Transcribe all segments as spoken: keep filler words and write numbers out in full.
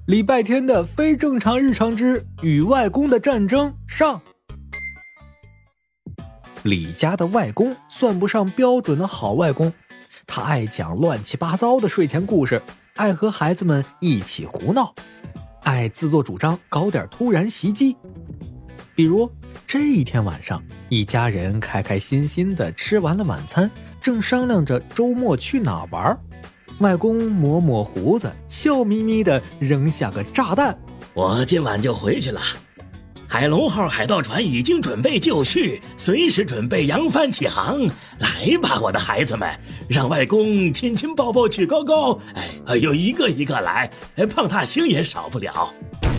礼拜天的非正常日常之与外公的战争上。李家的外公算不上标准的好外公，他爱讲乱七八糟的睡前故事，爱和孩子们一起胡闹，爱自作主张搞点突然袭击。比如这一天晚上，一家人开开心心地吃完了晚餐，正商量着周末去哪玩。外公抹抹胡子，笑眯眯地扔下个炸弹： 我今晚就回去了，海龙号海盗船已经准备就绪，随时准备扬帆起航。来吧，我的孩子们，让外公亲亲抱抱举高高。哎，哎呦，一个一个来，胖大星也少不了。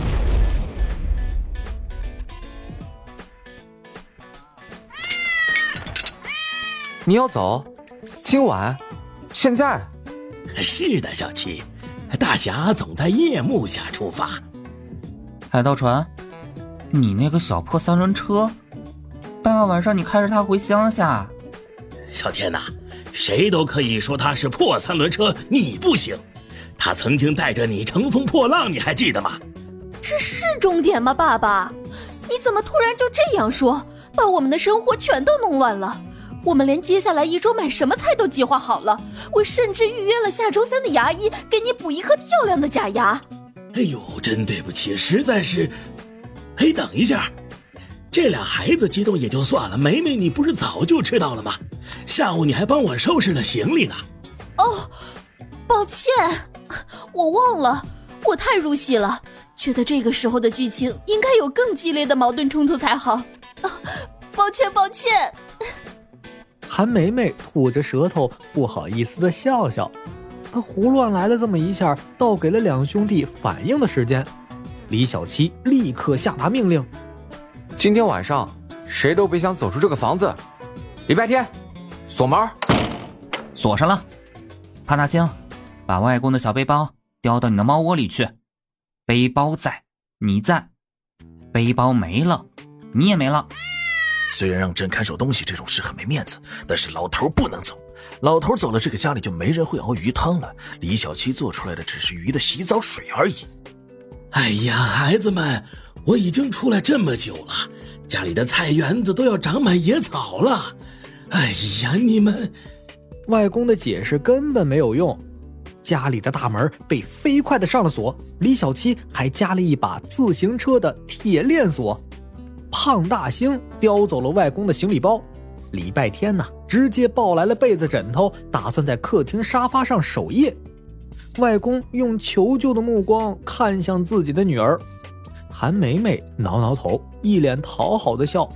你要走？今晚？现在？ 是的，小七，大侠总在夜幕下出发。 海盗船？你那个小破三轮车？大晚上你开着它回乡下？ 小天哪，谁都可以说它是破三轮车，你不行。他曾经带着你乘风破浪，你还记得吗？ 这是重点吗，爸爸？你怎么突然就这样说，把我们的生活全都弄乱了？我们连接下来一周买什么菜都计划好了，我甚至预约了下周三的牙医，给你补一颗漂亮的假牙。 哎呦，真对不起，实在是……哎，等一下，这俩孩子激动也就算了，梅梅你不是早就知道了吗？下午你还帮我收拾了行李呢。 哦，抱歉，我忘了，我太入戏了，觉得这个时候的剧情应该有更激烈的矛盾冲突才好。哦，抱歉抱歉。 韩梅梅吐着舌头，不好意思地笑笑。她胡乱来了这么一下，倒给了两兄弟反应的时间。李小七立刻下达命令： 今天晚上谁都别想走出这个房子。礼拜天，锁门。 锁上了。胖大星，把外公的小背包叼到你的猫窝里去。背包在，你在；背包没了，你也没了。 虽然让朕看守东西这种事很没面子，但是老头不能走。老头走了，这个家里就没人会熬鱼汤了。李小七做出来的只是鱼的洗澡水而已。 哎呀，孩子们，我已经出来这么久了，家里的菜园子都要长满野草了。哎呀，你们…… 外公的解释根本没有用，家里的大门被飞快地上了锁，李小七还加了一把自行车的铁链锁。胖大星叼走了外公的行李包，礼拜天呢，直接抱来了被子枕头，打算在客厅沙发上守夜。外公用求救的目光看向自己的女儿，韩梅梅挠挠头，一脸讨好的笑。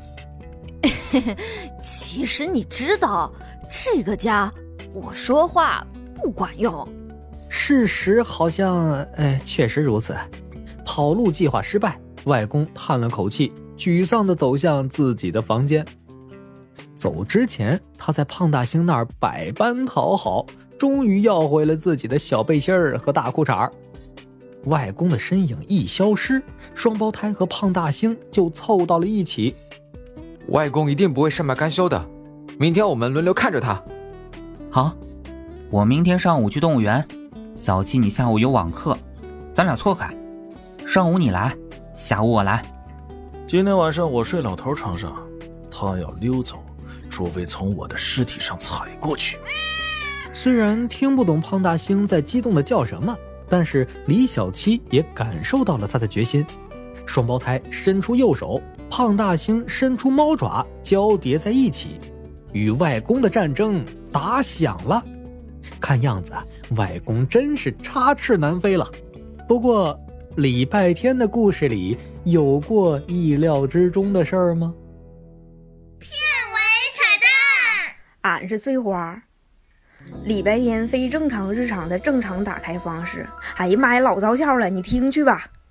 其实你知道，这个家我说话不管用。 事实好像，哎，确实如此。跑路计划失败，外公叹了口气，沮丧地走向自己的房间。走之前，他在胖大星那儿百般讨好，终于要回了自己的小背心儿和大裤衩。外公的身影一消失，双胞胎和胖大星就凑到了一起。 外公一定不会善罢甘休的，明天我们轮流看着他。 好，我明天上午去动物园，小七你下午有网课，咱俩错开，上午你来，下午我来。 今天晚上我睡老头床上，他要溜走，除非从我的尸体上踩过去。 虽然听不懂胖大星在激动的叫什么，但是李小七也感受到了他的决心。双胞胎伸出右手，胖大星伸出猫爪，交叠在一起，与外公的战争打响了。看样子外公真是插翅难飞了。不过礼拜天的故事里有过意料之中的事儿吗？ 片尾彩蛋， 俺是翠花。礼拜天非正常日常的正常打开方式，哎呀妈呀，老招笑了，你听去吧。